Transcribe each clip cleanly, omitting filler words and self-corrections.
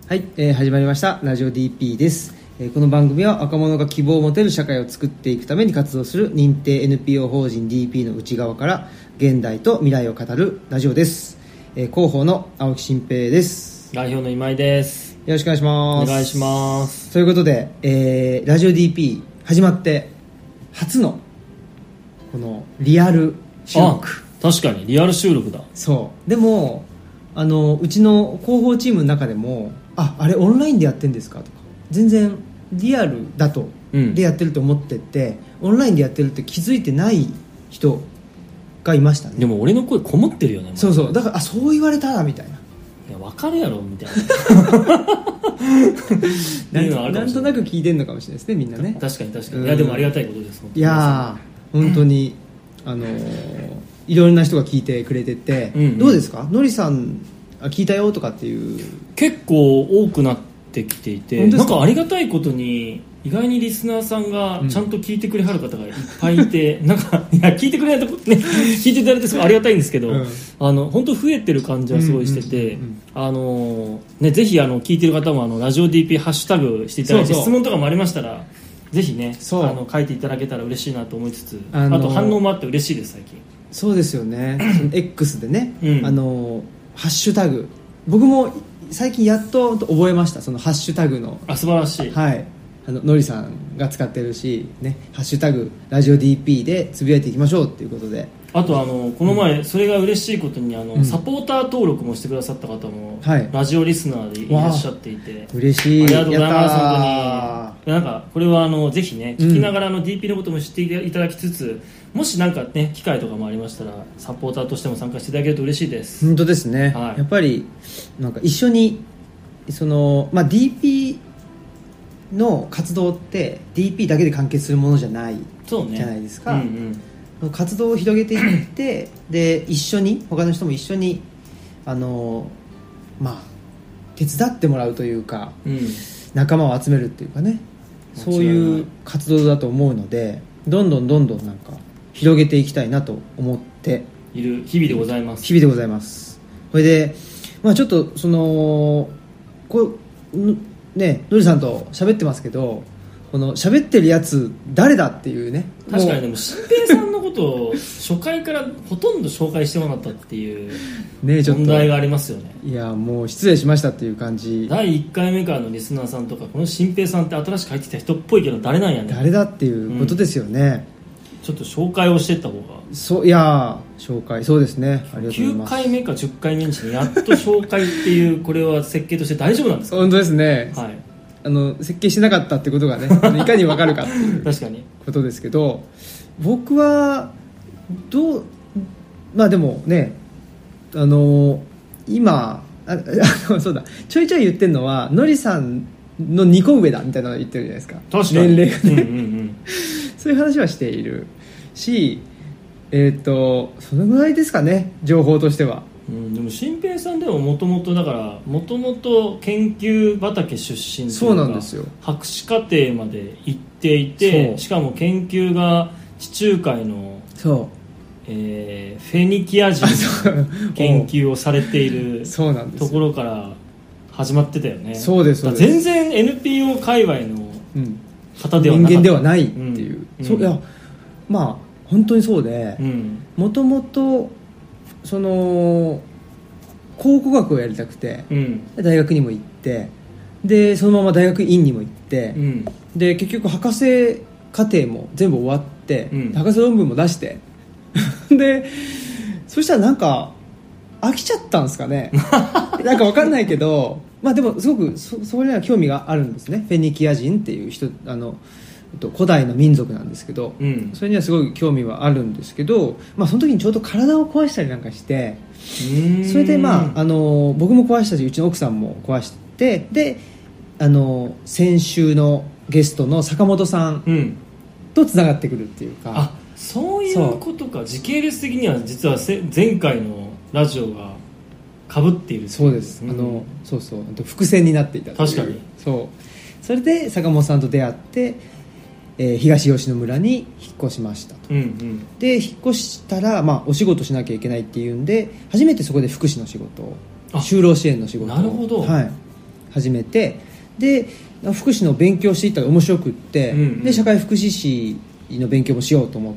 はい、始まりましたラジオ DP です。この番組は若者が希望を持てる社会を作っていくために活動する認定 NPO 法人 DP の内側から現代と未来を語るラジオです。広報の青木真平です。 代表の今井です。 よろしくお願いします。 お願いします。 ということで、ラジオ DP 始まって初のこのリアル収録。 確かにリアル収録だ。 そうでもうちの広報チームの中でもあれオンラインでやってるんですかとか、全然リアルだと、でやってると思ってて、オンラインでやってるって気づいてない人がいましたね。 でも俺の声こもってるよね。 そうそう、だからそう言われたらみたいな、いや分かるやろみたいななんとなく聞いてるのかもしれないですね、みんなね。 確かに確かに、いやでもありがたいことです。 いや本当にいろんな人が聞いてくれてて、どうですか、のりさん聞いたよとかっていう。結構多くなってきていて、なんかありがたいことに意外にリスナーさんがちゃんと聞いてくれはる方がいっぱいいて、なんかいや聞いてくれないとね聞いていただいてすごいありがたいんですけど、本当増えてる感じはすごいしてて、ね、ぜひ聞いてる方もラジオ DP ハッシュタグしていただいて、質問とかもありましたらぜひね書いていただけたら嬉しいなと思いつつ、あと反応もあって嬉しいです。最近そうですよねX でね、ハッシュタグ、僕も最近やっと覚えました、そのハッシュタグの。 素晴らしい。 はい、のりさんが使ってるし、ね、ハッシュタグラジオ DP でつぶやいていきましょうっていうことで、 あとこの前それが嬉しいことにサポーター登録もしてくださった方も、ラジオリスナーでいらっしゃっていて、 嬉しい、 ありがとうございます。本当になんかこれはぜひね聞きながらDP のことも知っていただきつつ、もしなんかね機会とかもありましたらサポーターとしても参加していただけると嬉しいです。 本当ですね、やっぱりなんか一緒にDP の活動って DP だけで完結するものじゃないじゃないですか。活動を広げていってで一緒に他の人も一緒に手伝ってもらうというか、仲間を集めるっていうかね、そういう活動だと思うので、どんどんなんか広げていきたいなと思っている日々でございます。 日々でございます。それで、ちょっとね、のりさんと喋ってますけど、この喋ってるやつ誰だっていうね。 確かにでも新平さんのことを初回からほとんど紹介してもらったっていう問題がありますよね。 いやもう失礼しましたっていう感じ。 第1回目からのリスナーさんとか、この新平さんって新しく入ってきた人っぽいけど誰なんやねん、 誰だっていうことですよね。 ちょっと紹介をしていった方が。 いや紹介、そうですね、ありがとうございます。 9回目か10回目にしてやっと紹介っていうこれは設計として大丈夫なんですか？ 本当ですね、はい、設計しなかったってことがねいかに分かるかっていう確かにことですけど、僕はでもね、今そうだ、ちょいちょい言ってるのはのりさんの2個上だみたいなの言ってるじゃないですか。 確かに年齢がね、そういう話はしているし、そのぐらいですかね、情報としては。 でも新平さんでももともと研究畑出身というか、 そうなんですよ、 博士課程まで行っていて、しかも研究が地中海のフェニキア人の研究をされているところから始まってたよね。 そうです、そうです。 全然 NPO 界隈の方ではなかった、 人間ではないっていう、いや本当にそうで、もともと考古学をやりたくて、大学にも行って、でそのまま大学院にも行って、で結局博士課程も全部終わって、博士論文も出してでそしたらなんか飽きちゃったんですかねなんか分かんないけど、でもすごくそれには興味があるんですね。フェニキア人っていう人、古代の民族なんですけど、それにはすごい興味はあるんですけど、その時にちょうど体を壊したりなんかして、それで僕も壊したし、うちの奥さんも壊して、で先週のゲストの坂本さんとつながってくるっていうか、 そういうことか。時系列的には実は前回のラジオが被っている。 そうです、そう伏線になっていた。 確かにそれで坂本さんと出会って、東吉野村に引っ越しましたと、で引っ越したら、お仕事しなきゃいけないっていうんで、初めてそこで福祉の仕事を、就労支援の仕事を、 始めて、で福祉の勉強していったら面白くって、で社会福祉士の勉強もしようと思って、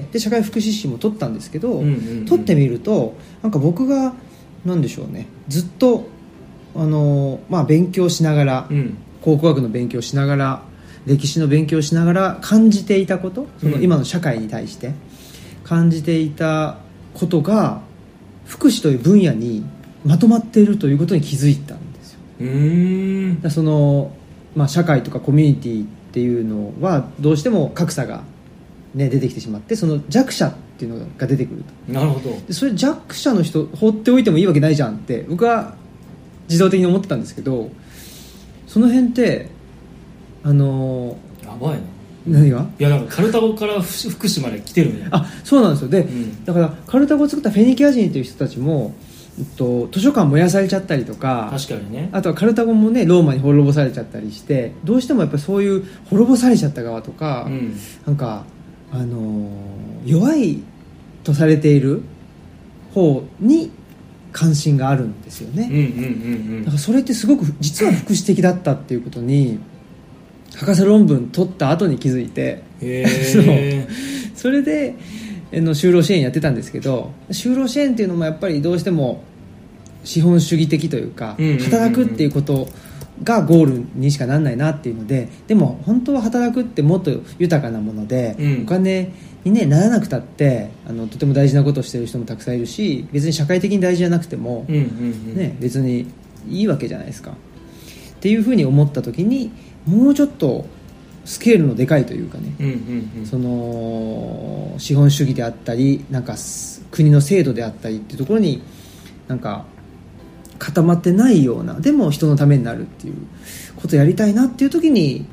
で社会福祉士も取ったんですけど、取ってみるとなんか僕がなんでしょうね、ずっと勉強しながら、考古学の勉強しながら、歴史の勉強しながら感じていたこと、その今の社会に対して感じていたことが福祉という分野にまとまっているということに気づいたんですよ。その、社会とかコミュニティっていうのはどうしても格差が、出てきてしまって、その弱者っていうのが出てくると。 なるほど。 でそれ弱者の人放っておいてもいいわけないじゃんって僕は自動的に思ってたんですけど、その辺ってやばいな。 何が？ いやなんかカルタゴから福祉まで来てるんや。 そうなんですよ。で、だからカルタゴを作ったフェニキア人という人たちも、図書館燃やされちゃったりとか、 確かにね、 あとはカルタゴもねローマに滅ぼされちゃったりして、どうしてもやっぱりそういう滅ぼされちゃった側とか、なんか弱いとされている方に関心があるんですよね。だからそれってすごく実は福祉的だったっていうことに博士論文取った後に気づいて、それで就労支援やってたんですけど、就労支援っていうのもやっぱりどうしても資本主義的というか、働くっていうことがゴールにしかならないなっていうので、でも本当は働くってもっと豊かなもので、お金に、ならなくたってとても大事なことをしている人もたくさんいるし、別に社会的に大事じゃなくても、別にいいわけじゃないですかっていうふうに思った時に、もうちょっとスケールのでかいというかね、その資本主義であったり、なんか国の制度であったりっていうところになんか固まってないような、でも人のためになるっていうことをやりたいなっていう時に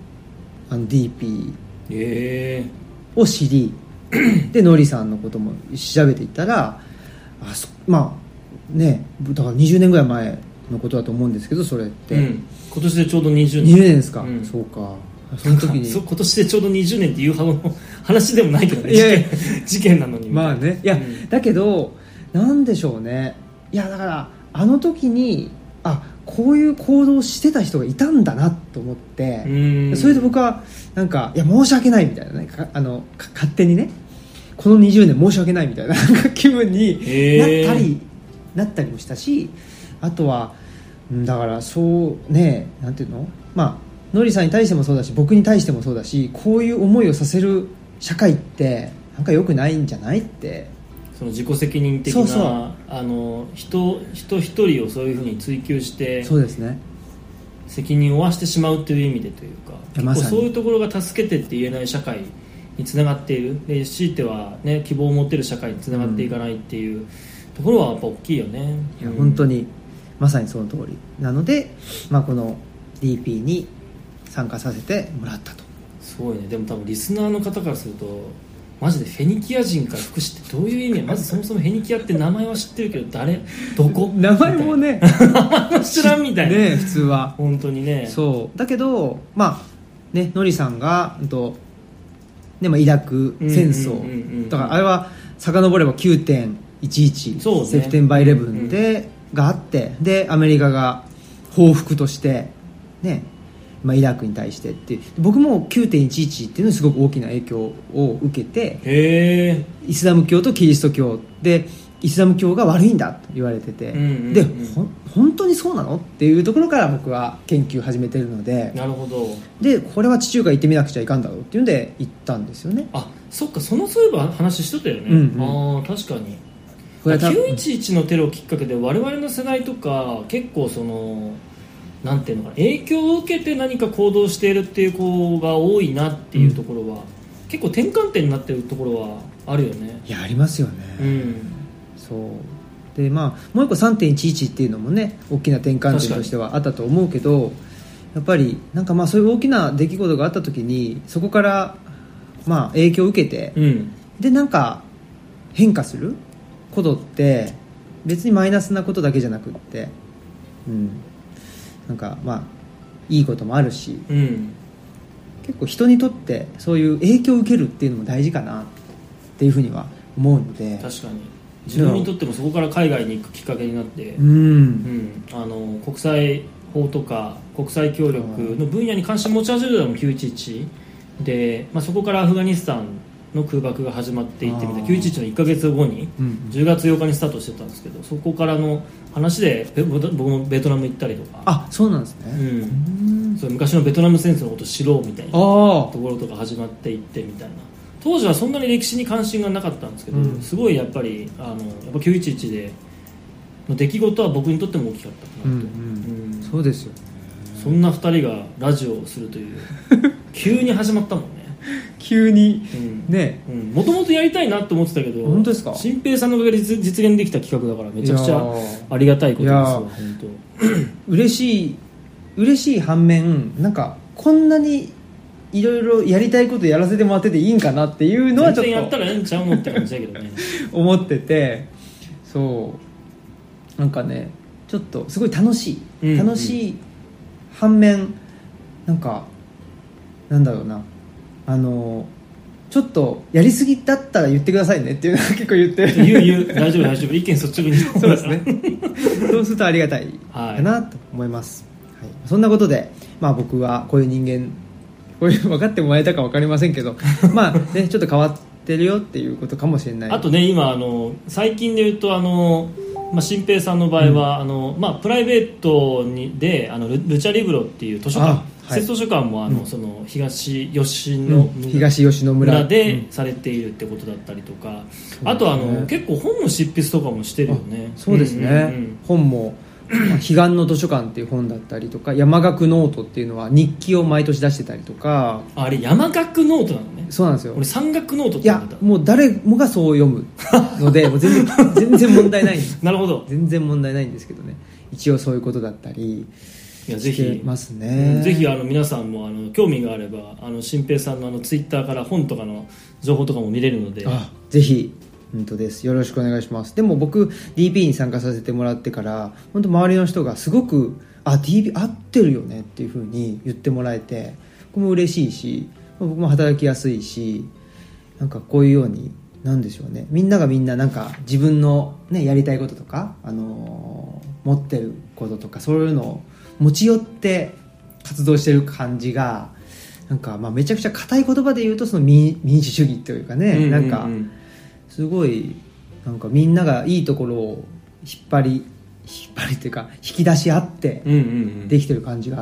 DP を知り、でノリさんのことも調べていったら、だから20年ぐらい前のことだと思うんですけど、それって、 今年でちょうど20 年ですか、そうか。その時に今年でちょうど20年っていう話でもないけどね、事件なのに。 だけどなんでしょうね、だからあの時にこういう行動をしてた人がいたんだなと思って、それで僕はなんか申し訳ないみたいなね、勝手にねこの20年申し訳ないみたいな気分になったりもしたし、あとはだからそうね、なんていうの、ノリさんに対してもそうだし、僕に対してもそうだし、こういう思いをさせる社会ってなんか良くないんじゃないって、 その自己責任的な人一人をそういうふうに追求して、 そうですね、 責任を負わしてしまうという意味でというか、結構そういうところが助けてって言えない社会につながっている、で強いては、希望を持てる社会につながっていかないっていうところはやっぱ大きいよね。 本当にまさにその通りなので、この DP に参加させてもらったと。 すごいね。でも多分リスナーの方からするとマジでフェニキア人から福祉ってどういう意味？まずそもそもフェニキアって名前は知ってるけどどこ名前もね知らんみたいなね、普通は本当にね。 そうだけどノリさんがイラク戦争だからあれは遡れば 9.11 セプテンバー11があって、でアメリカが報復としてね、イラクに対してっていう、僕も 9.11 っていうのにすごく大きな影響を受けて、イスラム教とキリスト教でイスラム教が悪いんだと言われてて、で本当にそうなのっていうところから僕は研究を始めてるので、 なるほど。 でこれは地中海行ってみなくちゃいかんだろうっていうんで行ったんですよね。 そっか、そういえば話してたよね。確かに911のテロきっかけで我々の世代とか結構なんていうのかな、影響を受けて何か行動しているっていう子が多いなっていうところは、結構転換点になってるところはあるよね。 ありますよね。そうでもう一個 3.11 っていうのもね大きな転換点としてはあったと思うけど、やっぱりなんかそういう大きな出来事があった時にそこから影響を受けて、でなんか変化することって別にマイナスなことだけじゃなくって、なんかいいこともあるし、結構人にとってそういう影響を受けるっていうのも大事かなっていうふうには思うので、 確かに自分にとってもそこから海外に行くきっかけになって、国際法とか国際協力の分野に関心持ち始めたのも911で、そこからアフガニスタンの空爆が始まっていってみたいな911の1ヶ月後に10月8日にスタートしてたんですけど、そこからの話で僕もベトナム行ったりとか。 そうなんですね。 そう昔のベトナム戦争のことを知ろうみたいなところとか始まっていってみたいな。当時はそんなに歴史に関心がなかったんですけど、すごいやっぱり911での出来事は僕にとっても大きかったかなと。 そうですよ。 そんな2人がラジオをするという急に始まったもんね。 急にね。 もともとやりたいなと思ってたけど、 本当ですか？ 新平さんのおかげで実現できた企画だからめちゃくちゃありがたいことですよ。本当嬉しい反面、なんかこんなにいろいろやりたいことやらせてもらってていいんかなっていうのはちょっと全然やったらええんちゃうのって感じだけどね思ってて、そうなんかね、ちょっとすごい楽しい反面、なんかなんだろうな、ちょっとやりすぎだったら言ってくださいねっていうのは結構言って言う大丈夫意見率直にそうですねそうするとありがたいかなと思います、はい、そんなことで、僕はこういう人間、こういう分かってもらえたか分かりませんけどね、ちょっと変わってるよっていうことかもしれない。 あとね、今最近で言うと新平さんの場合は、プライベートでルチャリブロっていう図書館、施設図書館もその東吉野村でされているってことだったりとか、あと結構本の執筆とかもしてるよね。 そうですね、本も彼岸の図書館っていう本だったりとか、山岳ノートっていうのは日記を毎年出してたりとか。 あれ山岳ノートなのね。 そうなんですよ。 俺山岳ノートって言うんだ。 もう誰もがそう読むのでもう全然問題ないなるほど。 全然問題ないんですけどね、一応そういうことだったりしてますね。 ぜひ皆さんも興味があれば新平さんのツイッターから本とかの情報とかも見れるので、 ぜひ本当です、よろしくお願いします。でも僕 DP に参加させてもらってから本当周りの人がすごくDP 合ってるよねっていう風に言ってもらえて、僕も嬉しいし、僕も働きやすいし、なんかこういうようになんでしょうね、みんながみんななんか自分の、やりたいこととか、持ってることとかそういうのを持ち寄って活動してる感じが、なんかめちゃくちゃ硬い言葉で言うとその民主主義というかね、なんかすごいなんかみんながいいところを引っ張りというか引き出し合ってできてる感じがあって、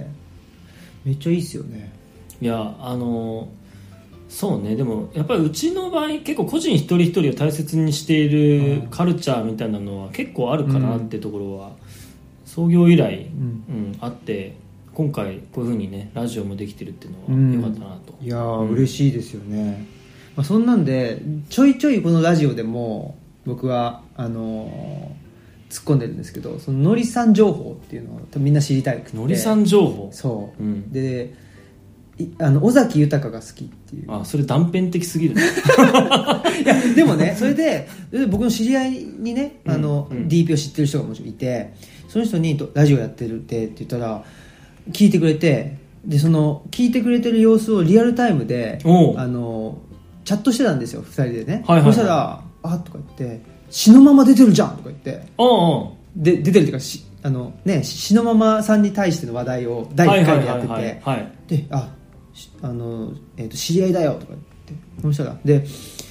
めっちゃいいっすよね。 いやそうね。でもやっぱりうちの場合結構個人一人一人を大切にしているカルチャーみたいなのは結構あるかなってところは創業以来、あって、今回こういう風にねラジオもできてるっていうのは良かったなと。 いや嬉しいですよね。そんなんでちょいちょいこのラジオでも僕は突っ込んでるんですけど、そののりさん情報っていうのをみんな知りたいくて。 のりさん情報。 そう、で尾崎豊が好きっていう。 それ断片的すぎるねいやでもね、それで僕の知り合いにねDP を知ってる人がもちろんいて、その人にラジオやってるって言ったら聞いてくれて、でその聞いてくれてる様子をリアルタイムでチャットしてたんですよ、2人でね。そしたらとか言って詩のまま出てるじゃんとか言ってで出てるっていうか詩のままさんに対しての話題を第1回でやってて、で知り合いだよとか言って、そしたらで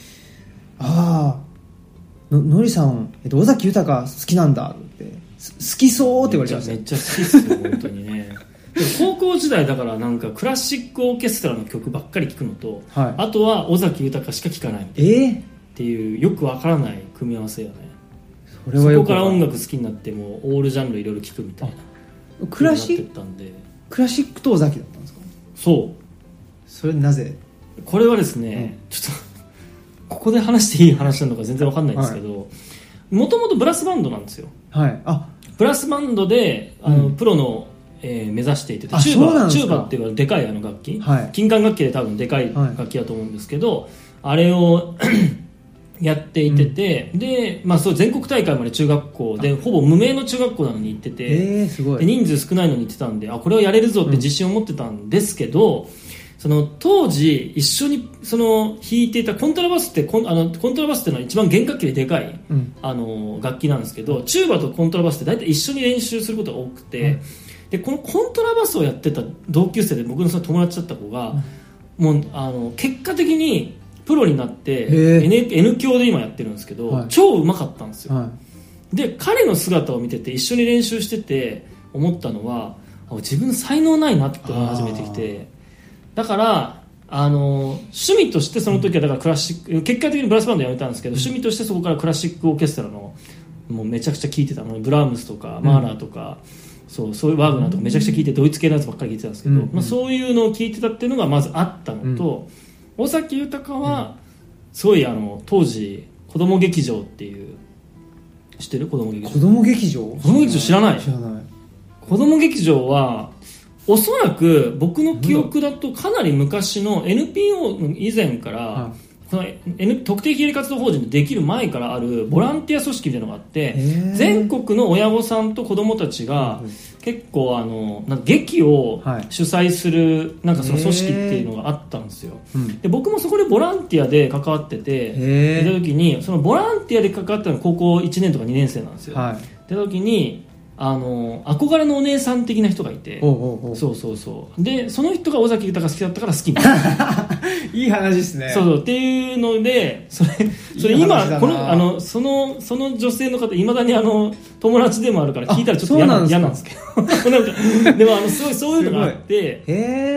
のりさん、尾崎豊好きなんだって好きそうって言われちゃう。 めっちゃ好きっすよ本当にねでも高校時代だからなんかクラシックオーケストラの曲ばっかり聴くのと、あとは尾崎豊しか聴かないっていうよくわからない組み合わせよね。そこから音楽好きになってもうオールジャンルいろいろ聴くみたいなクラシックと尾崎だったんですか？ そう。 それなぜ？ これはですね、ちょっとここで話していい話なのか全然わかんないんですけど、もともとブラスバンドなんですよ。ブラスバンドでプロの目指していて、チューバっていうでかい楽器、金管楽器で多分でかい楽器だと思うんですけど、あれをやっていてて、で、そう全国大会まで中学校でほぼ無名の中学校なのに行ってて、 すごい。 で人数少ないのに行ってたんで、これはやれるぞって自信を持ってたんですけど、 その当時一緒にその弾いていたコントラバスってコントラバスっていうのは一番弦楽器ででかい、楽器なんですけど、チューバとコントラバスって大体一緒に練習することが多くて、でこのコントラバスをやってた同級生で僕のその友達だった子が、もう結果的にプロになって N 響で今やってるんですけど、超うまかったんですよ、で彼の姿を見てて一緒に練習してて思ったのは、自分の才能ないなって思い始めてきて、だから趣味としてその時はだからクラシック、結果的にブラスバンドやめたんですけど、趣味としてそこからクラシックオーケストラのもうめちゃくちゃ聴いてたの、ブラームスとかマーラーとか、そういうワーグナーとかめちゃくちゃ聴いて、ドイツ系のやつばっかり聴いてたんですけど、そういうのを聴いてたっていうのがまずあったのと、尾崎豊はすごい当時子供劇場っていう、知ってる？子供劇場知らない。子供劇場はおそらく僕の記憶だとかなり昔の NPO の以前から、この特定非営利活動法人でできる前からあるボランティア組織みたいなのがあって、全国の親御さんと子どもたちが結構なんか劇を主催するなんかその組織っていうのがあったんですよ、で僕もそこでボランティアで関わってて、いた時にそのボランティアで関わったのが高校1年とか2年生なんですよ、で時に憧れのお姉さん的な人がいて、そうでその人が尾崎豊が好きだったから好きになったいい話ですね。 そうっていうので、それ今その女性の方いまだに友達でもあるから聞いたらちょっと嫌なんですけどでもすごいそういうのがあって、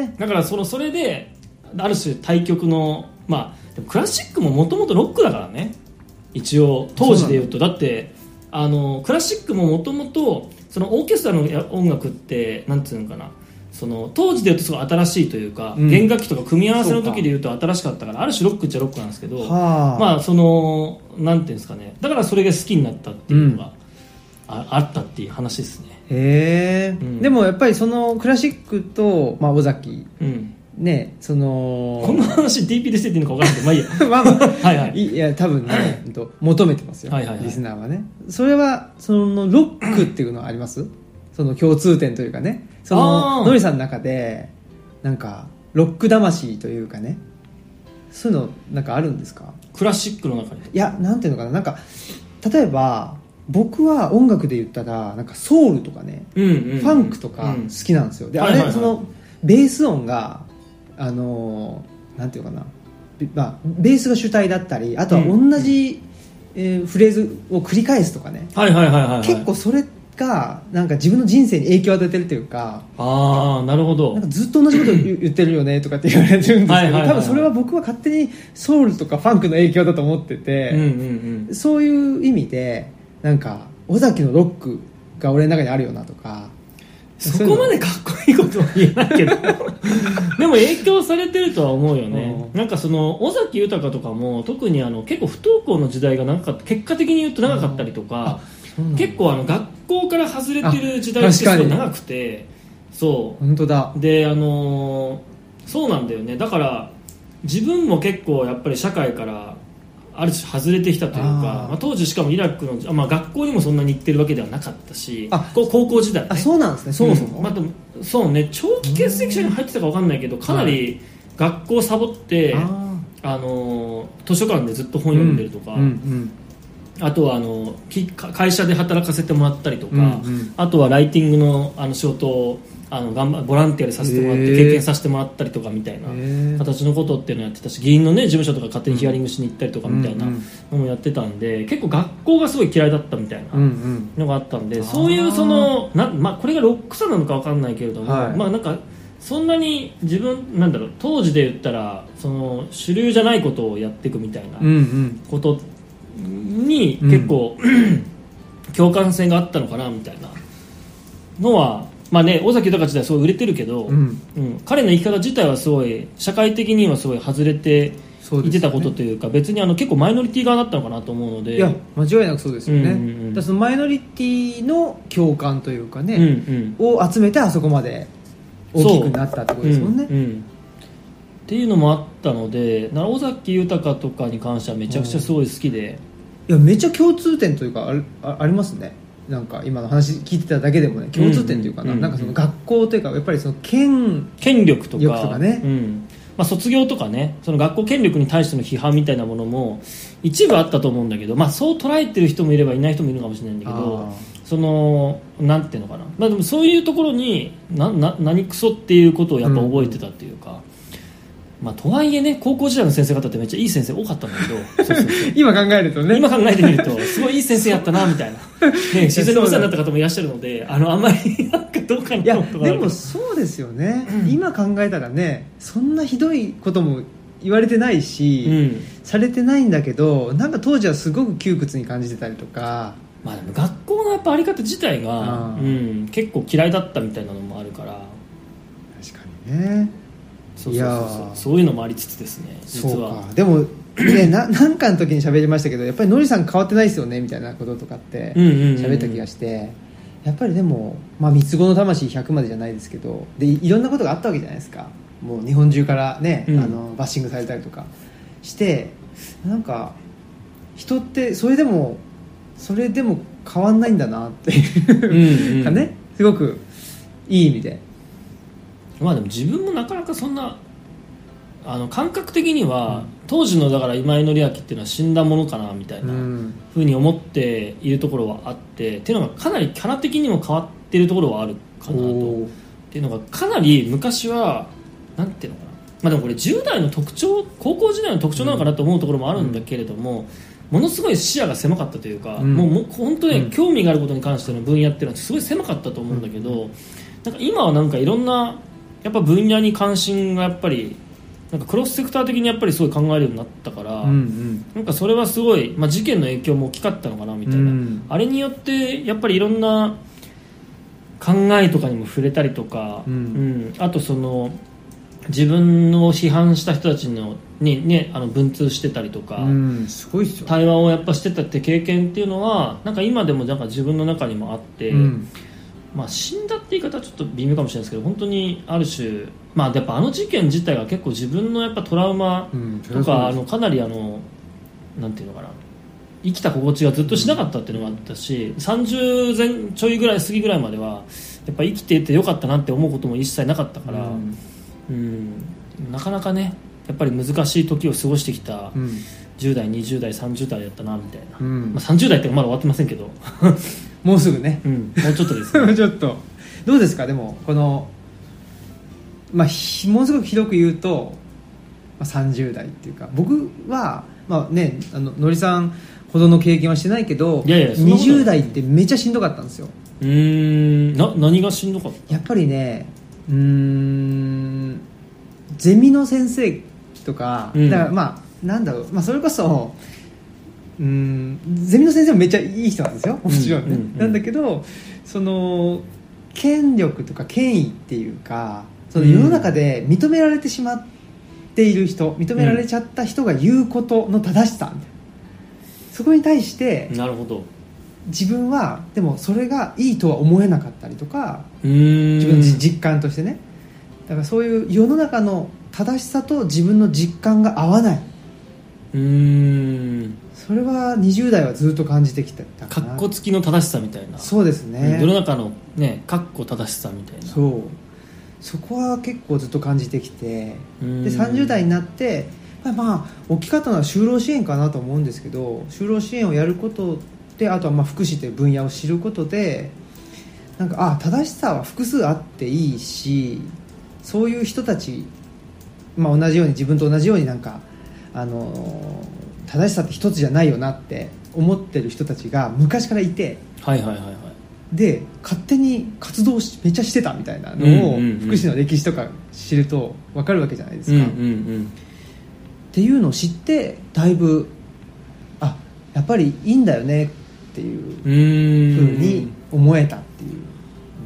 だからそれである種対極の、でもクラシックももともとロックだからね、一応当時で言うと、だってクラシックももともとそのオーケストラの音楽ってなんていうのかな、その当時でいうとすごい新しいというか、弦楽器とか組み合わせの時でいうと新しかったから、ある種ロックっちゃロックなんですけど、そのなんていうんですかね、だからそれが好きになったっていうのがあったっていう話ですね。 でもやっぱりそのクラシックと、尾崎、ね、こんな話 DP でしてっていいのか分からないけど、まあいいやいや多分ね求めてますよ、リスナーはね。それはそのロックっていうのはあります？その共通点というかね、のりさんの中でなんかロック魂というかね、そういうのなんかあるんですか？ クラシックの中に。 いや、なんていうのかな、なんか例えば僕は音楽で言ったらなんかソウルとかね、ファンクとか好きなんですよ。で、あれ、そのベース音がなんていうかな、ベースが主体だったり、あとは同じ、フレーズを繰り返すとかね、結構それがなんか自分の人生に影響を与えてるというか、 なるほど、 なんかずっと同じこと言ってるよねとかって言われてるんですけど、多分それは僕は勝手にソウルとかファンクの影響だと思ってて、そういう意味でなんか尾崎のロックが俺の中にあるよなとか、 そこまでかっこいいことは言えないけどでも影響されてるとは思うよね。なんかその尾崎豊とかも特に結構不登校の時代が長かった、結果的に言うと長かったりとか、結構学校から外れてる時代ってすごい長くて、そう本当だ。 でそうなんだよね。だから自分も結構やっぱり社会からある種外れてきたというか、当時しかもイラクの、学校にもそんなに行ってるわけではなかったし、高校時代、ね、 そうなんですね。そもそも、 そうね、長期欠席者に入ってたか分かんないけど、かなり学校サボって、図書館でずっと本読んでるとか、あとは会社で働かせてもらったりとか、あとはライティングの仕事をボランティアでさせてもらって経験させてもらったりとかみたいな形のことっていうのをやってたし、議員のね事務所とか勝手にヒアリングしに行ったりとかみたいなのもやってたんで、結構学校がすごい嫌いだったみたいなのがあったんで、そういうこれがロックさなのか分かんないけれども、なんかそんなに自分当時で言ったらその主流じゃないことをやっていくみたいなことに結構、共感性があったのかなみたいなのは、尾崎豊自体はすごい売れてるけど、彼の生き方自体はすごい社会的にはすごい外れていてたことというか、別に結構マイノリティ側だったのかなと思うので。 いや間違いなくそうですよね、だそのマイノリティの共感というかね、を集めてあそこまで大きくなったってことですもんね。 っていうのもあったので、尾崎豊とかに関してはめちゃくちゃすごい好きで、 いやめっちゃ共通点というかありますね。なんか今の話聞いてただけでもね、共通点というかな、なんかその学校というかやっぱりその権力とかね、 卒業とかね、その学校権力に対しての批判みたいなものも一部あったと思うんだけど、そう捉えてる人もいればいない人もいるかもしれないんだけど、そのなんていうのかな、でもそういうところに何クソっていうことをやっぱ覚えてたっていうか、とはいえね、高校時代の先生方ってめっちゃいい先生多かったんだけどそう今考えるとね、 今考えてみるとすごいいい先生やったなみたいな、自然にお世話になった方もいらっしゃるので、あんまりなんかどうかなとか。 いやでもそうですよね、今考えたらね、そんなひどいことも言われてないし、されてないんだけど、なんか当時はすごく窮屈に感じてたりとか、 でも学校のやっぱあり方自体が、結構嫌いだったみたいなのもあるから。 確かにね。 そういうのもありつつですね、実は。そうか。 でもね、なんかの時に喋りましたけど、やっぱりのりさん変わってないですよねみたいなこととかって喋った気がして、やっぱりでも、三つ子の魂100までじゃないですけど、でいろんなことがあったわけじゃないですか。もう日本中からね、バッシングされたりとかして、なんか人ってそれでも変わんないんだなっていうかね、すごくいい意味で。 でも自分もなかなかそんな感覚的には、当時のだから今井紀明っていうのは死んだものかなみたいなふうに思っているところはあって、っていうのがかなりキャラ的にも変わっているところはあるかなと。っていうのがかなり昔はなんていうのかな、でもこれ10代の特徴、高校時代の特徴なのかなと思うところもあるんだけれども、ものすごい視野が狭かったというか、もう本当に興味があることに関しての分野っていうのはすごい狭かったと思うんだけど、なんか今はなんかいろんなやっぱ分野に関心がやっぱりなんかクロスセクター的にやっぱりすごい考えるようになったから、なんかそれはすごい、事件の影響も大きかったのかなみたいな、あれによってやっぱりいろんな考えとかにも触れたりとか、あとその自分を批判した人たちのにね、文通してたりとか、 すごいっすよ、 対話をやっぱしてたって経験っていうのはなんか今でもなんか自分の中にもあって、死んだって言い方はちょっと微妙かもしれないですけど、本当にある種、やっぱ事件自体が結構自分のやっぱトラウマとか、かなりなんていうのかな、生きた心地がずっとしなかったっていうのがあったし、30前ちょいぐらい過ぎぐらいまではやっぱ生きていてよかったなって思うことも一切なかったから、なかなかねやっぱり難しい時を過ごしてきた10代20代30代だったなみたいな、30代ってまだ終わってませんけどもうすぐね、 もうちょっとですねちょっとどうですか。でもこの、ものすごく広く言うと、30代っていうか、僕はのりさんほどの経験はしてないけど、20代ってめちゃしんどかったんですよ。 何がしんどかった？ やっぱりね、ゼミの先生とか、だからなんだろう、それこそゼミの先生もめっちゃいい人なんですよ、もちろんね、なんだけど、その権力とか権威っていうか、その世の中で認められてしまっている人、認められちゃった人が言うことの正しさみたいな、そこに対してなるほど、 自分はでもそれがいいとは思えなかったりとか、自分の実感としてね、だからそういう世の中の正しさと自分の実感が合わない、それは20代はずっと感じてきたかな。 かっこつきの正しさみたいな。 そうですね、 世の中のね、かっこ正しさみたいな。 そこは結構ずっと感じてきて、で30代になって大きかったのは就労支援かなと思うんですけど、就労支援をやることで、あとは福祉という分野を知ることで、なんか正しさは複数あっていいし、そういう人たち、同じように自分と同じようになんか正しさって一つじゃないよなって思ってる人たちが昔からいて、で勝手に活動めっちゃしてたみたいなのを、福祉の歴史とか知ると分かるわけじゃないですか、っていうのを知って、だいぶやっぱりいいんだよねっていうふうに思えたっていう。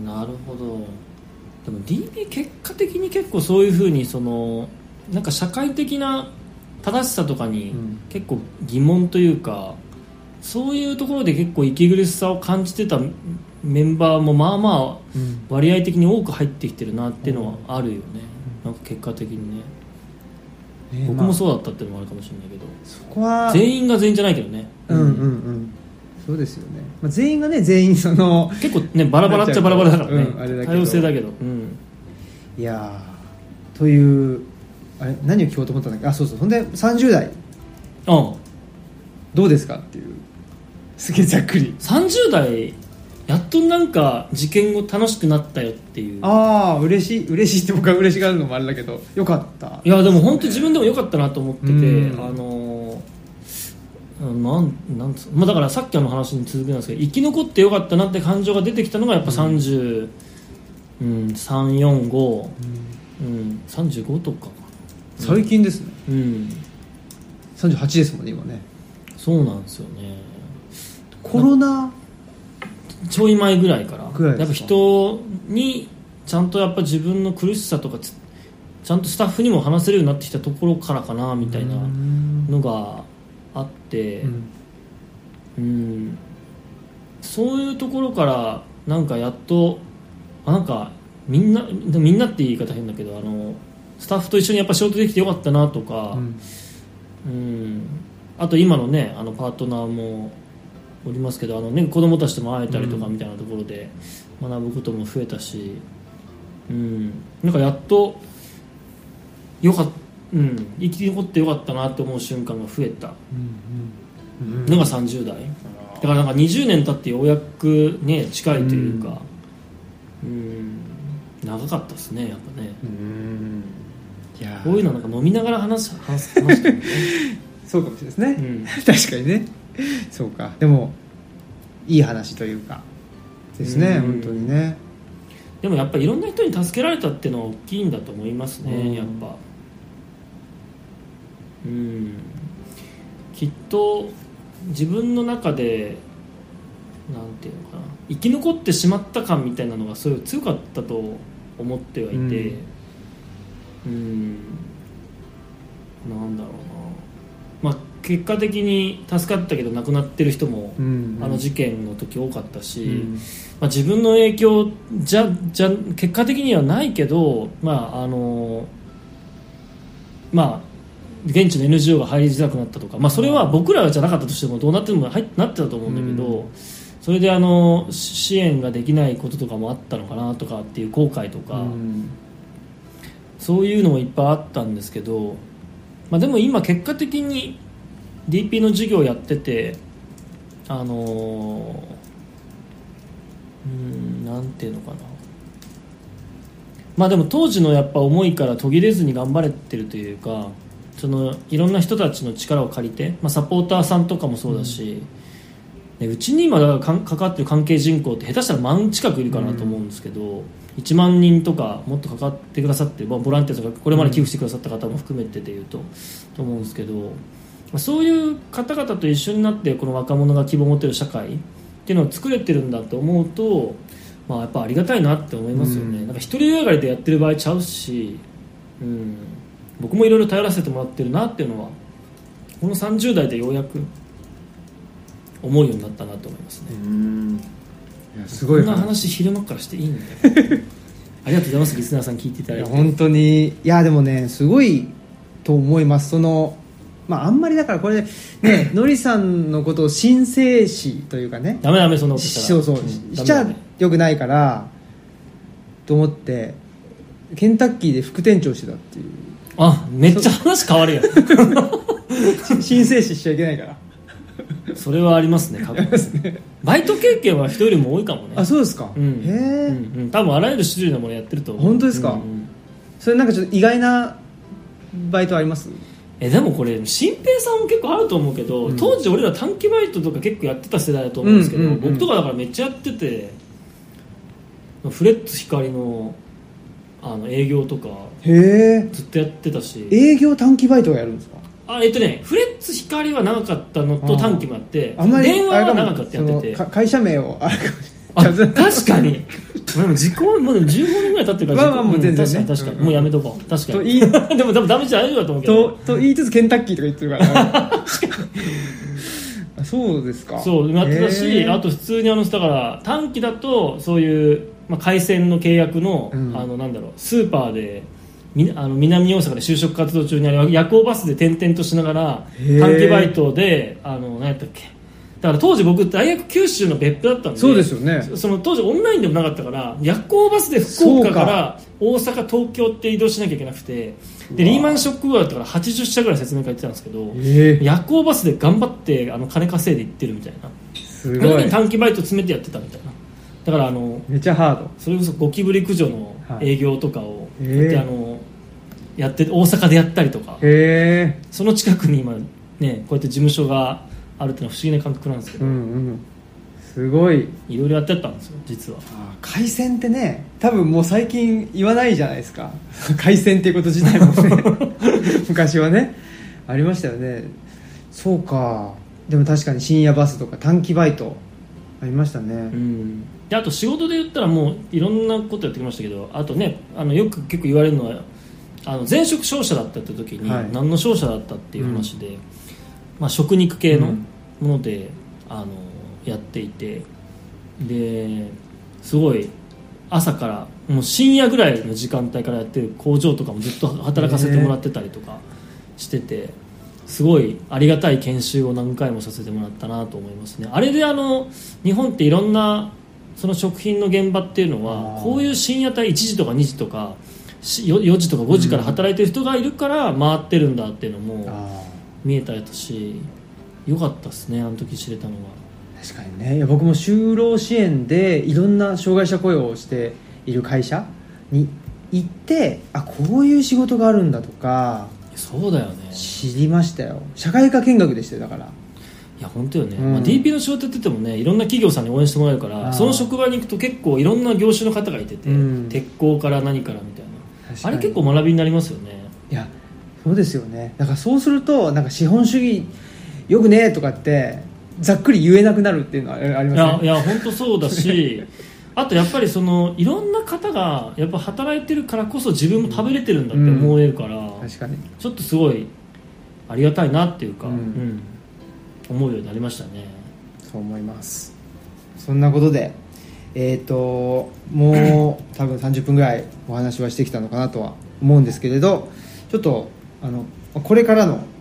なるほど。でも DB 結果的に結構そういうふうになんか社会的な正しさとかに結構疑問というか、そういうところで結構息苦しさを感じてたメンバーも割合的に多く入ってきてるなっていうのはあるよね、なんか結果的にね、僕もそうだったっていうのもあるかもしれないけど、 そこは全員が全員じゃないけどね。 そうですよね、全員がね、全員結構ねバラバラっちゃバラバラだからね、多様性だけど、 いやというあれ何を聞こうと思ったんだっけ。あ、そうそう。ほんで30代どうですかっていう、すげえざっくり。 30代やっとなんか事件後楽しくなったよっていう。 ああ、嬉しいって僕は嬉しがるのもあれだけど、よかった。 いやでも本当自分でもよかったなと思ってて、まあ、だからさっきの話に続くんですけど、生き残ってよかったなって感情が出てきたのがやっぱ30、345、35とかかな。 最近ですね。38ですもんね今ね。 そうなんですよね。 コロナちょい前ぐらいからやっぱ人にちゃんとやっぱ自分の苦しさとかちゃんとスタッフにも話せるようになってきたところからかなみたいなのがあって、そういうところからなんかやっとなんかみんなって言い方変だけど、スタッフと一緒にやっぱ仕事できてよかったなとか、あと今のねパートナーもおりますけど、子供たちとも会えたりとかみたいなところで学ぶことも増えたし、なんかやっとよかった、生き残ってよかったなって思う瞬間が増えたのが30代だから、なんか20年経ってようやくね近いというか、長かったですねやっぱね。いやこういうのなんか飲みながら話してもねそうかもしれないですね、確かにね。そうか。でもいい話というかですね、本当にね。 でもやっぱりいろんな人に助けられたっていうのは大きいんだと思いますね、やっぱ。きっと自分の中でなんていうのかな、生き残ってしまった感みたいなのがすごい強かったと思ってはいて、なんだろうな、まあ結果的に助かったけど亡くなってる人もあの事件の時多かったし、まあ、自分の影響じゃ結果的にはないけど、まあ現地の NGO が入りづらくなったとか、まあ、それは僕らじゃなかったとしてもどうなってもなってたと思うんだけど、それで支援ができないこととかもあったのかなとかっていう後悔とか、そういうのもいっぱいあったんですけど、まあ、でも今結果的に DP の授業をやっててなんていうのかな、まあでも当時のやっぱ思いから途切れずに頑張れてるというか、いろんな人たちの力を借りて、まあ、サポーターさんとかもそうだし、うちに今だから関わってる関係人口って下手したら万近くいるかなと思うんですけど、1万人とかもっと関わってくださってる、まあ、ボランティアとかこれまで寄付してくださった方も含めてでいうと思うんですけど、そういう方々と一緒になってこの若者が希望を持てる社会っていうのを作れてるんだと思うと、まあ、やっぱありがたいなって思いますよね。なんか一人上がりでやってる場合ちゃうし、僕もいろいろ頼らせてもらってるなっていうのはこの30代でようやく思うようになったなと思いますね。 いやすごい。 こんな話昼間からしていいんだよありがとうございます。リスナーさん聞いていただいて。 本当にいやでもねすごいと思います。まあ、あんまりだからこれねのりさんのことを神聖視というかね、 ダメそんなことしたらしちゃよくないからと思って、ケンタッキーで副店長してたっていう。 めっちゃ話変わるやん神聖視しちゃいけないからそれはありますね。バイト経験は人よりも多いかもね。 あ、そうですか。へえ、多分あらゆる種類のものやってると思う。 本当ですか。それなんかちょっと意外なバイトあります？ でもこれ新平さんも結構あると思うけど、当時俺ら短期バイトとか結構やってた世代だと思うんですけど、僕とかだからめっちゃやってて、フレッツ光の営業とかずっとやってたし。 営業短期バイトをやるんですか？ フレッツ光は長かったのと短期もあって、電話は長かったやってて、 会社名を確かに時効もう15年ぐらい経ってるから、 もう全然ね、 確かにもうやめとこう。確かにでも多分ダメじゃないだと思うけどと言いつつケンタッキーとか言ってるからそうですか。 そうやってたし、あと普通にだから短期だとそういう、回線の契約の、なんだろう、スーパーで南大阪で就職活動中に夜行バスで転々としながら短期バイトで何やったっけ、だから当時僕大学九州の別府だったんで、 そうですよね。 その当時オンラインでもなかったから夜行バスで福岡から大阪東京って移動しなきゃいけなくて、 でリーマンショック後だったから80社ぐらい説明会行ってたんですけど、夜行バスで頑張って金稼いで行ってるみたいな、 すごい短期バイト詰めてやってたみたいな。だからめっちゃハード。 それこそゴキブリ駆除の営業とかをやって大阪でやったりとか、その近くに今ねこうやって事務所があるっていうのは不思議な感覚なんですけど、 すごいいろいろやってたんですよ実は。 海鮮ってね多分もう最近言わないじゃないですか海鮮っていうこと自体もね昔はねありましたよね。そうか。でも確かに深夜バスとか短期バイトありましたね。 であと仕事で言ったらもういろんなことやってきましたけど、あとねよく結構言われるのは前職商社だったって時に、何の商社だったっていう話で、食肉系のもので、やっていて、ですごい朝からもう深夜ぐらいの時間帯からやってる工場とかもずっと働かせてもらってたりとかしてて、すごいありがたい研修を何回もさせてもらったなと思いますね。あれで日本っていろんなその食品の現場っていうのはこういう深夜帯1時とか2時とか4時とか5時から働いてる人がいるから回ってるんだっていうのも見えたし、よかったですねあの時知れたのは。 確かにね。いや僕も就労支援でいろんな障害者雇用をしている会社に行って、こういう仕事があるんだとか、 そうだよね、 知りましたよ。社会科見学でしたよ。だからいや本当よね、DP の仕事やっててもねいろんな企業さんに応援してもらえるから、その職場に行くと結構いろんな業種の方がいてて、鉄工から何からみたいな、あれ結構学びになりますよね。 いやそうですよね。だからそうするとなんか資本主義よくねとかってざっくり言えなくなるっていうのはありますね。 いや本当そうだしあとやっぱりいろんな方がやっぱ働いてるからこそ自分も食べれてるんだって思えるから、 確かにちょっとすごいありがたいなっていうか、思うようになりましたね。 そう思います。そんなことでもう多分30分ぐらいお話はしてきたのかなとは思うんですけれど、ちょっとこれからの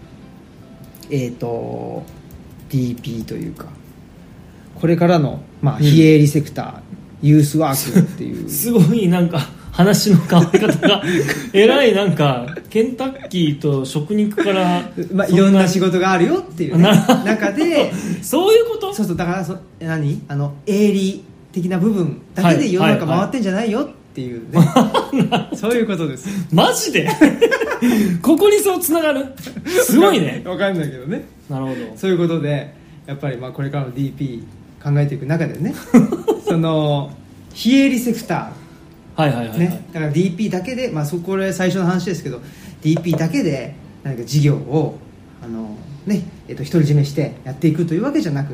DP というかこれからの非営利セクター、ユースワークっていうすごいなんか話の変わり方がえらいなんかケンタッキーと食肉からいろんな仕事があるよっていう、中でそういうこと。 そうだから営利的な部分だけで世の中回ってんじゃないよっていうね、そういうことです。 マジでここにそうつながる、すごいね。 分かんないけどね。 なるほど。 そういうことでやっぱりこれからの DP 考えていく中でね非営利セクター、ね、だから DP だけで、これ最初の話ですけど DP だけで何か事業を独り占めしてやっていくというわけじゃなくって、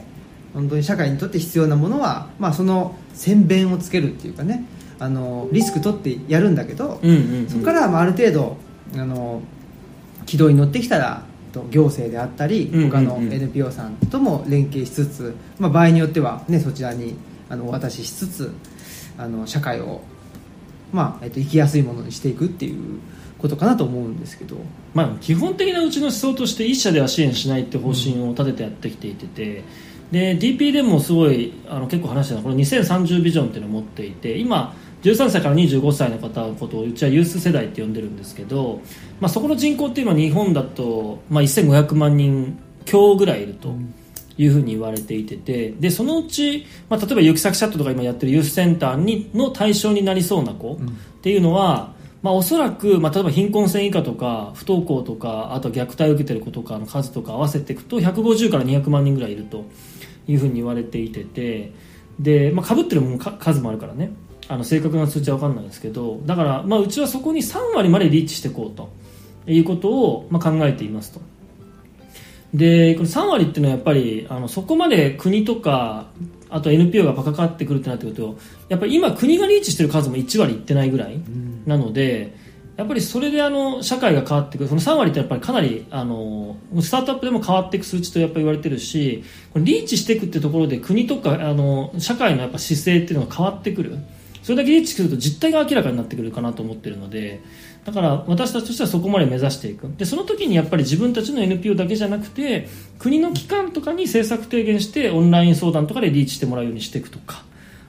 本当に社会にとって必要なものは、その先鞭をつけるっていうかね、リスク取ってやるんだけど、そこからある程度軌道に乗ってきたら行政であったり他の NPO さんとも連携しつつ、場合によっては、そちらにお渡ししつつ社会を、生きやすいものにしていくっていうことかなと思うんですけど、 基本的なうちの思想として一社では支援しないって方針を立ててやってきていて、で DP でもすごい結構話してたのはこの2030ビジョンっていうのを持っていて、今13歳から25歳の方のことをうちはユース世代って呼んでるんですけど、そこの人口っていうのは日本だと、1500万人強ぐらいいるというふうに言われていて、でそのうち、例えば行き先チャットとか今やってるユースセンターの対象になりそうな子っていうのは、おそらく、例えば貧困線以下とか不登校とか、あと虐待を受けてる子とかの数とか合わせていくと150から200万人ぐらいいるというふうに言われていて、で、被ってるも数もあるからね、正確な数値は分かんないんですけど、だから、うちはそこに3割までリーチしていこうということを、考えていますと。でこの3割っていうのはやっぱりそこまで国とかあと NPO が関わってくるってなってくると、やっぱり今国がリーチしてる数も1割いってないぐらいなので、やっぱりそれで社会が変わってくる、その3割ってやっぱりかなりスタートアップでも変わっていく数値とやっぱり言われてるし、これリーチしていくってところで国とか社会のやっぱ姿勢っていうのが変わってくる、それだけリーチすると実態が明らかになってくるかなと思ってるので、だから私たちとしてはそこまで目指していく。でその時にやっぱり自分たちの NPO だけじゃなくて国の機関とかに政策提言してオンライン相談とかでリーチしてもらうようにしていくとか、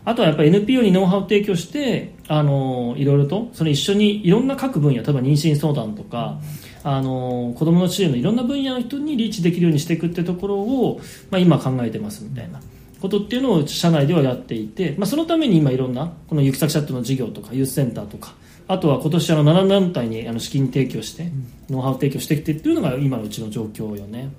あとはやっぱり NPO にノウハウを提供していろいろとその一緒にいろんな各分野、例えば妊娠相談とか子どもの支援のいろんな分野の人にリーチできるようにしていくってところを、今考えてますみたいなことっていうのを社内ではやっていて、そのために今いろんなこの行き先チャットの事業とかユースセンターとか、あとは今年7団体に資金提供してノウハウ提供してきてっていうのが今のうちの状況よね。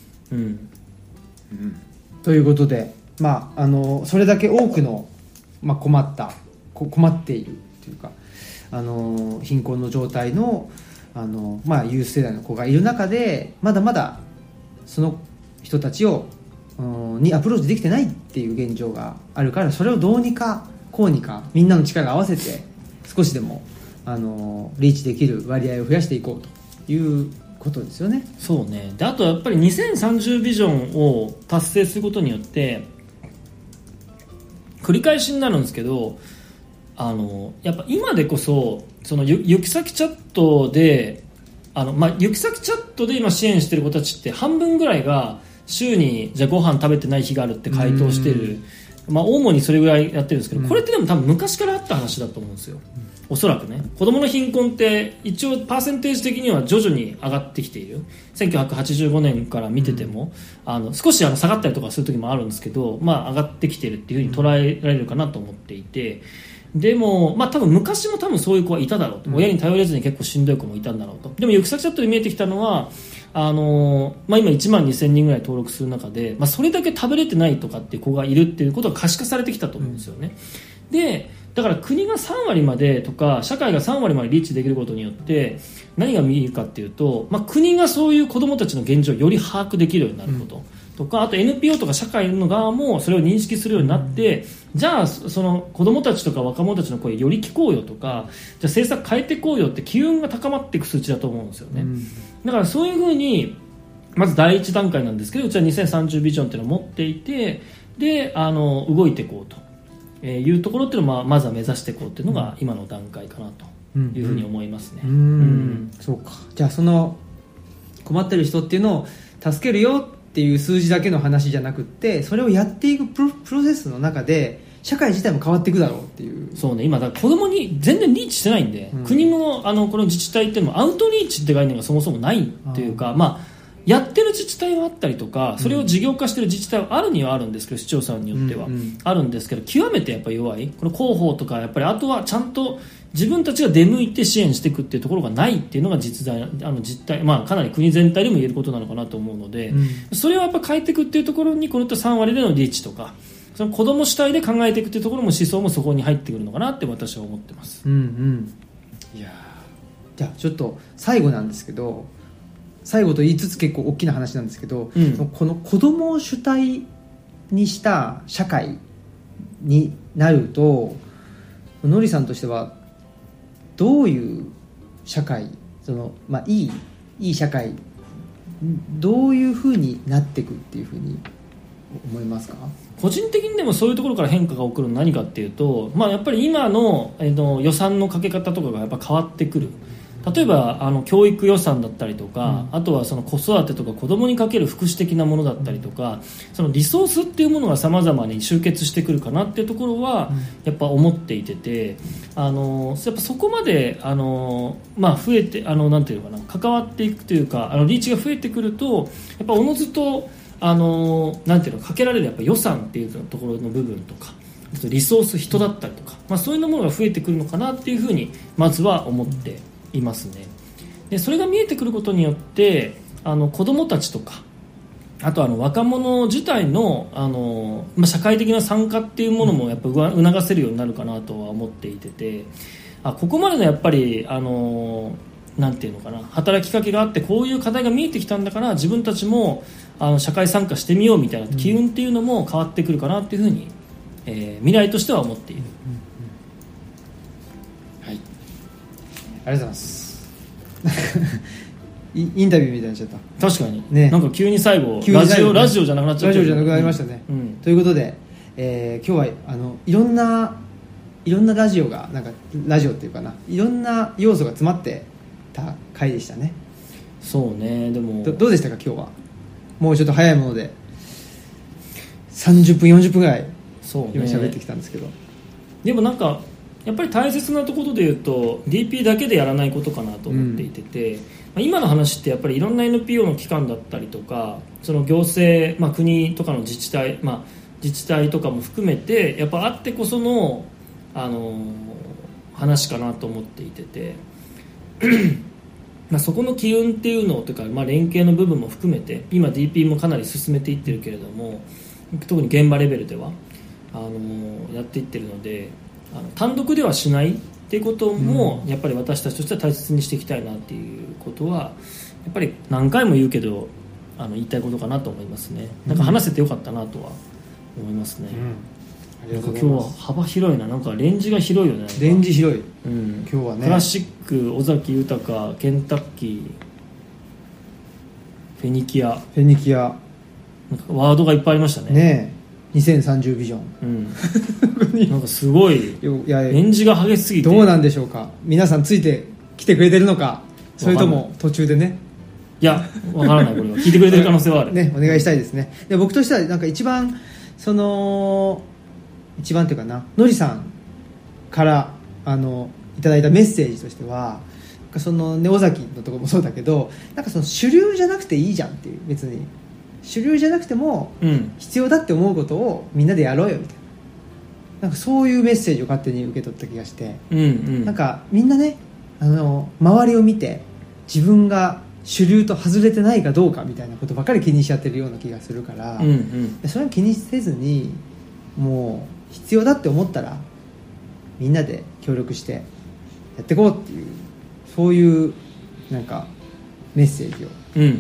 ということで、それだけ多くの、困っているというか貧困の状態のユース世代の子がいる中でまだまだその人たちにアプローチできてないっていう現状があるから、それをどうにかこうにかみんなの力を合わせて少しでもリーチできる割合を増やしていこうということですよね。 そうね。であとやっぱり2030ビジョンを達成することによって繰り返しになるんですけど、やっぱ今でこそその行き先チャットで行き先チャットで今支援している子たちって半分ぐらいが週にじゃあご飯食べてない日があるって回答している、主にそれぐらいやってるんですけど、これってでも多分昔からあった話だと思うんですよ。おそらくね、子どもの貧困って一応パーセンテージ的には徐々に上がってきている。1985年から見てても、少し下がったりとかする時もあるんですけど、上がってきているっていう風に捉えられるかなと思っていて、でも、多分昔も多分そういう子はいただろうと、親に頼れずに結構しんどい子もいたんだろうと。でも行き先チャットで見えてきたのは今1万2000人ぐらい登録する中で、それだけ食べれてないとかっていう子がいるっていうことが可視化されてきたと思うんですよね。でだから国が3割までとか社会が3割までリーチできることによって何が見えるかっていうと、国がそういう子どもたちの現状をより把握できるようになること、とかあと NPO とか社会の側もそれを認識するようになって、じゃあその子どもたちとか若者たちの声より聞こうよとか、じゃあ政策変えていこうよって機運が高まっていく数値だと思うんですよね。だからそういうふうにまず第一段階なんですけど、うちは2030ビジョンっていうのを持っていて、で動いていこうというところっていうのをまずは目指していこうっていうのが今の段階かなというふうに思いますね。 そうか。じゃあその困ってる人っていうのを助けるよっていう数字だけの話じゃなくって、それをやっていくプロセスの中で社会自体も変わっていくだろうっていう。 そうね。今だから子供に全然リーチしてないんで、国もこの自治体っていうのもアウトリーチって概念がそもそもないっていうか、やってる自治体はあったりとか、それを事業化してる自治体はあるにはあるんですけど、市町村によってはあるんですけど、極めてやっぱり弱い。この広報とかやっぱりあとはちゃんと自分たちが出向いて支援していくっていうところがないっていうのが実態、かなり国全体でも言えることなのかなと思うので、それをやっぱ変えていくっていうところにこの3割でのリーチとか、その子ども主体で考えていくっていうところも思想もそこに入ってくるのかなって私は思ってます。 いやじゃあちょっと最後なんですけど、最後と言いつつ結構大きな話なんですけど、この子どもを主体にした社会になると、のりさんとしてはどういう社会、いい社会、どういうふうになっていくっていうふうに思いますか？ 個人的にでもそういうところから変化が起こるのは何かっていうと、やっぱり今の、予算のかけ方とかがやっぱ変わってくる。例えば教育予算だったりとか、あとはその子育てとか子どもにかける福祉的なものだったりとか、そのリソースっていうものが様々に集結してくるかなっていうところはやっぱ思っていて、やっぱそこまで増えてなんていうのかな、関わっていくというかリーチが増えてくると、やっぱおのずとなんていうの、かけられるやっぱ予算っていうところの部分とか、リソース、人だったりとか、そういうものが増えてくるのかなっていうふうにまずは思っていますね。でそれが見えてくることによって子どもたちとか、あと若者自体の、社会的な参加っていうものもやっぱ促せるようになるかなとは思っていて、ここまでのやっぱりなんていうのかな、働きかけがあってこういう課題が見えてきたんだから自分たちも社会参加してみようみたいな機運っていうのも変わってくるかなっていうふうに、未来としては思っている。 はい、ありがとうございますインタビューみたいになっちゃった。 確かに、ね、なんか急に最後ラジオじゃなくなっちゃった。 ラジオじゃなくなりましたね、ということで、今日はいろんなラジオがラジオっていうかな、いろんな要素が詰まってた回でしたね。 そうね。でもどうでしたか今日は。もうちょっと早いもので30分40分ぐらいそうね、 今喋ってきたんですけど、 でもなんかやっぱり大切なところで言うと DP だけでやらないことかなと思っていて、今の話ってやっぱりいろんな NPO の機関だったりとか、その行政、国とかの自治体、自治体とかも含めてやっぱあってこその、話かなと思っていてそこの機運っていうのとか、連携の部分も含めて今 DP もかなり進めていってるけれども、特に現場レベルではやっていってるので、単独ではしないっていうこともやっぱり私たちとしては大切にしていきたいなっていうことはやっぱり何回も言うけど言いたいことかなと思いますね。なんか話せてよかったなとは思いますね。なんか今日は幅広いな、なんかレンジが広いよね。 レンジ広い、今日はね、 クラシック、尾崎豊、ケンタッキー、フェニキアなんかワードがいっぱいありましたね。 ねえ、2030ビジョン、 なんかすごいレンジが激しすぎて、 どうなんでしょうか、皆さんついてきてくれてるのか、それとも途中でね、 いやわからない、これは聞いてくれてる可能性はあるね、お願いしたいですね。で僕としてはなんか一番っていうかな、のりさんからいただいたメッセージとしては、その尾崎のところもそうだけど、なんかその主流じゃなくていいじゃんっていう、別に主流じゃなくても必要だって思うことをみんなでやろうよみたいな、なんかそういうメッセージを勝手に受け取った気がして、なんかみんなね、周りを見て自分が主流と外れてないかどうかみたいなことばかり気にしちゃってるような気がするから、それを気にせずに、もう必要だって思ったらみんなで協力してやっていこうっていう、そういうなんかメッセージを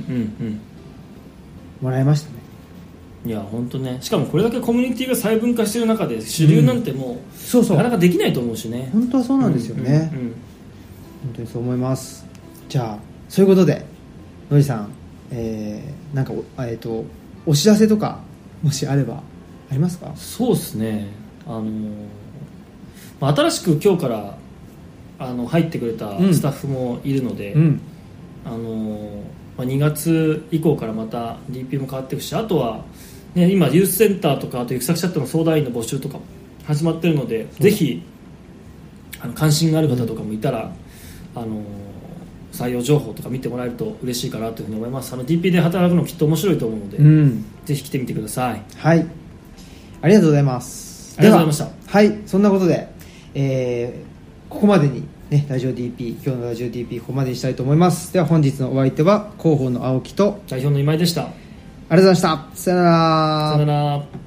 もらいましたね。 いや本当ね、しかもこれだけコミュニティが細分化してる中で主流なんてもう、なかなかできないと思うしね。 本当はそうなんですよね、本当にそう思います。じゃあそういうことでのりさん、なんかお知らせとかもしあればありますか？ そうですね、新しく今日から入ってくれたスタッフもいるので、2月以降からまた DP も変わっていくし、あとは、ね、今ユースセンターとかあと行く先チャットの相談員の募集とかも始まっているので、ぜひ関心がある方とかもいたら、採用情報とか見てもらえると嬉しいかなというふうに思います。DP で働くのきっと面白いと思うので、ぜひ来てみてください。 はい、ありがとうございます。 ありがとうございました。 はい、そんなことで、ここまでに、ね、ラジオ DP、今日のラジオ DP ここまでにしたいと思います。では本日のお相手は広報の青木と代表の今井でした。 ありがとうございました。さよなら。 さよなら。